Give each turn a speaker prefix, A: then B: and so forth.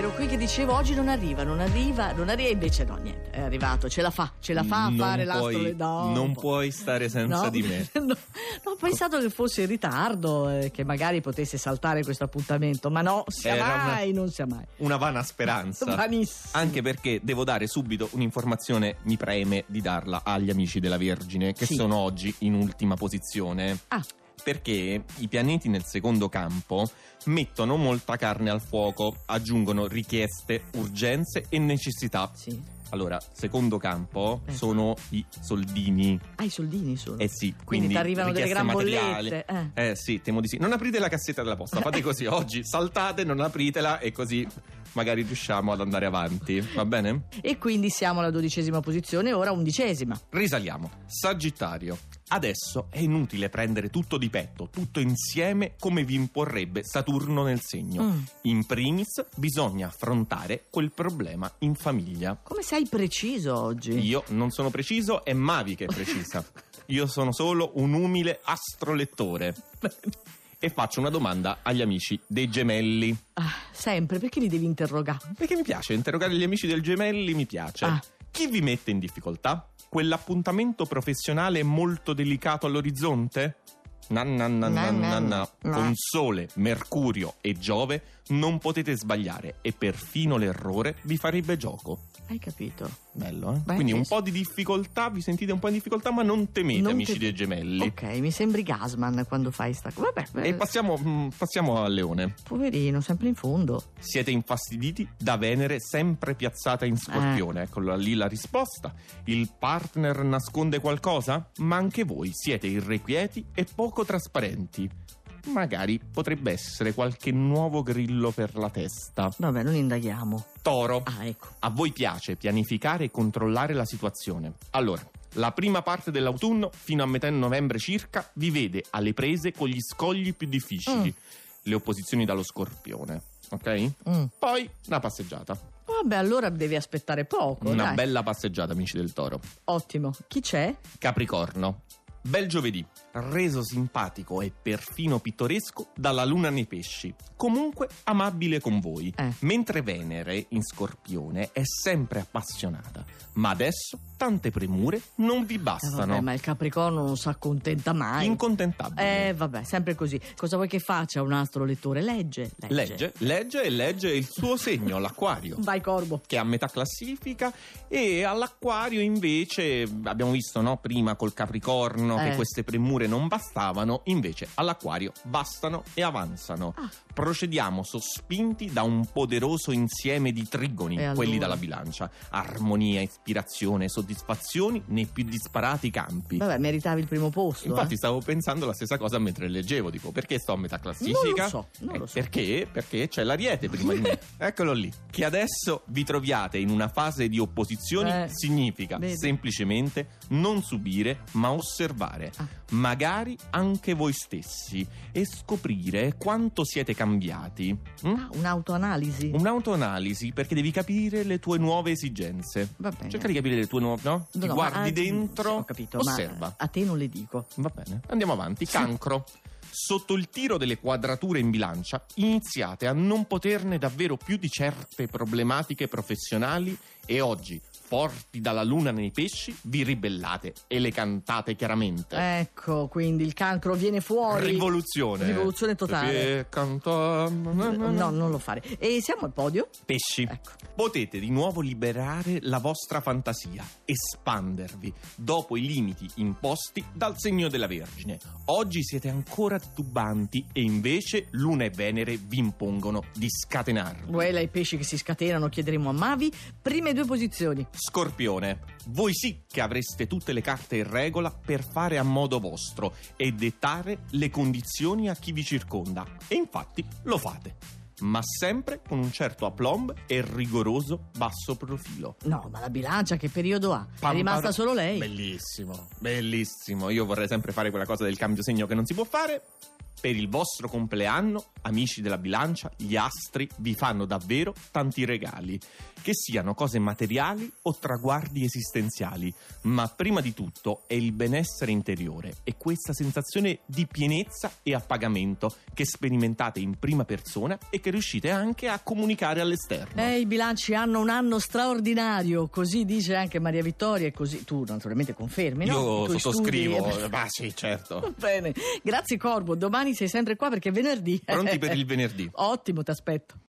A: ero qui che dicevo oggi non arriva, invece no, niente, è arrivato, ce la fa a fare l'astro. No,
B: non puoi stare senza di me.
A: No, ho pensato che fosse in ritardo, che magari potesse saltare questo appuntamento, ma no, non sia mai.
B: Una vana speranza.
A: Vanissimo.
B: Anche perché devo dare subito un'informazione, mi preme di darla agli amici della Vergine, che sono oggi in ultima posizione. Perché i pianeti nel secondo campo mettono molta carne al fuoco, aggiungono richieste, urgenze e necessità.
A: Sì.
B: Allora, secondo campo sono i soldini.
A: I soldini sono?
B: Sì.
A: Quindi ti arrivano delle gran
B: materiali.
A: bollette.
B: Sì, temo di sì. Non aprite la cassetta della posta, fate così oggi, saltate, non apritela e così magari riusciamo ad andare avanti, va bene?
A: E quindi siamo alla 12ª posizione, ora 11ª.
B: Risaliamo. Sagittario. Adesso è inutile prendere tutto di petto, tutto insieme come vi imporrebbe Saturno nel segno. In primis bisogna affrontare quel problema in famiglia.
A: Come sei preciso oggi?
B: Io non sono preciso, è Mavi che è precisa. Io sono solo un umile astrolettore. E faccio una domanda agli amici dei Gemelli.
A: Sempre, perché li devi interrogare?
B: Perché mi piace, interrogare gli amici del Gemelli mi piace. Chi vi mette in difficoltà? Quell'appuntamento professionale molto delicato all'orizzonte? No. Con Sole, Mercurio e Giove non potete sbagliare e perfino l'errore vi farebbe gioco.
A: Hai capito?
B: Bello, eh?
A: Beh,
B: quindi un po' di difficoltà, vi sentite un po' in difficoltà, ma non temete, amici dei Gemelli.
A: Ok, mi sembri Gasman quando fai sta cosa.
B: E passiamo al Leone.
A: Poverino, sempre in fondo.
B: Siete infastiditi da Venere sempre piazzata in Scorpione. Eccola lì la risposta. Il partner nasconde qualcosa? Ma anche voi siete irrequieti e poco trasparenti. Magari potrebbe essere qualche nuovo grillo per la testa.
A: Vabbè, non indaghiamo.
B: Toro.
A: Ecco.
B: A voi piace pianificare e controllare la situazione. Allora, la prima parte dell'autunno, fino a metà novembre circa, vi vede alle prese con gli scogli più difficili. Le opposizioni dallo Scorpione, ok? Poi una passeggiata.
A: Vabbè, allora devi aspettare poco.
B: Una bella passeggiata, amici del Toro.
A: Ottimo. Chi c'è?
B: Capricorno. Bel giovedì, reso simpatico e perfino pittoresco dalla luna nei pesci, comunque amabile con voi, mentre Venere in Scorpione è sempre appassionata, ma adesso tante premure non vi bastano.
A: Vabbè, ma il Capricorno non si accontenta mai.
B: Incontentabile.
A: Vabbè, sempre così. Cosa vuoi che faccia un astrolettore? Legge
B: il suo segno, l'Acquario.
A: Vai Corbo.
B: Che è a metà classifica, e all'Acquario invece abbiamo visto, no, prima col Capricorno che queste premure non bastavano, invece all'Acquario bastano e avanzano. Procediamo sospinti da un poderoso insieme di trigoni, quelli dalla bilancia. Armonia, ispirazione, soddisfazioni nei più disparati campi.
A: Vabbè, meritavi il primo posto.
B: Infatti stavo pensando la stessa cosa mentre leggevo, dico, perché sto a metà classifica?
A: Non lo so.
B: Perché c'è l'Ariete prima di me. Eccolo lì. Che adesso vi troviate in una fase di opposizioni significa semplicemente non subire ma osservare, magari anche voi stessi, e scoprire quanto siete cambiati.
A: Un'autoanalisi.
B: Un'autoanalisi, perché devi capire le tue nuove esigenze.
A: Va bene.
B: Cerca di capire le tue nuove, no? Ti guardi dentro,
A: ho capito,
B: osserva.
A: Ma a te non le dico.
B: Va bene, andiamo avanti. Cancro. Sotto il tiro delle quadrature in bilancia iniziate a non poterne davvero più di certe problematiche professionali e oggi, forti dalla luna nei pesci, vi ribellate e le cantate chiaramente.
A: Ecco, quindi il Cancro viene fuori. Rivoluzione totale.
B: No,
A: non lo fare. E siamo al podio?
B: Pesci.
A: Ecco.
B: Potete di nuovo liberare la vostra fantasia, espandervi dopo i limiti imposti dal segno della Vergine. Oggi siete ancora titubanti e invece Luna e Venere vi impongono di scatenarvi.
A: Quella i pesci che si scatenano, chiederemo a Mavi. Prime 2 posizioni.
B: Scorpione, voi sì che avreste tutte le carte in regola per fare a modo vostro e dettare le condizioni a chi vi circonda. E infatti lo fate, ma sempre con un certo aplomb e rigoroso basso profilo.
A: No, ma la bilancia che periodo ha? È rimasta solo lei.
B: Bellissimo, bellissimo. Io vorrei sempre fare quella cosa del cambio segno che non si può fare, Per il vostro compleanno, amici della bilancia, gli astri vi fanno davvero tanti regali, che siano cose materiali o traguardi esistenziali, ma prima di tutto è il benessere interiore e questa sensazione di pienezza e appagamento che sperimentate in prima persona e che riuscite anche a comunicare all'esterno.
A: I bilanci hanno un anno straordinario, così dice anche Maria Vittoria, e così tu naturalmente confermi, no?
B: Io sottoscrivo, ma sì, certo.
A: Bene, grazie Corbo, domani sei sempre qua perché è venerdì.
B: Pronti per il venerdì.
A: Ottimo, ti aspetto.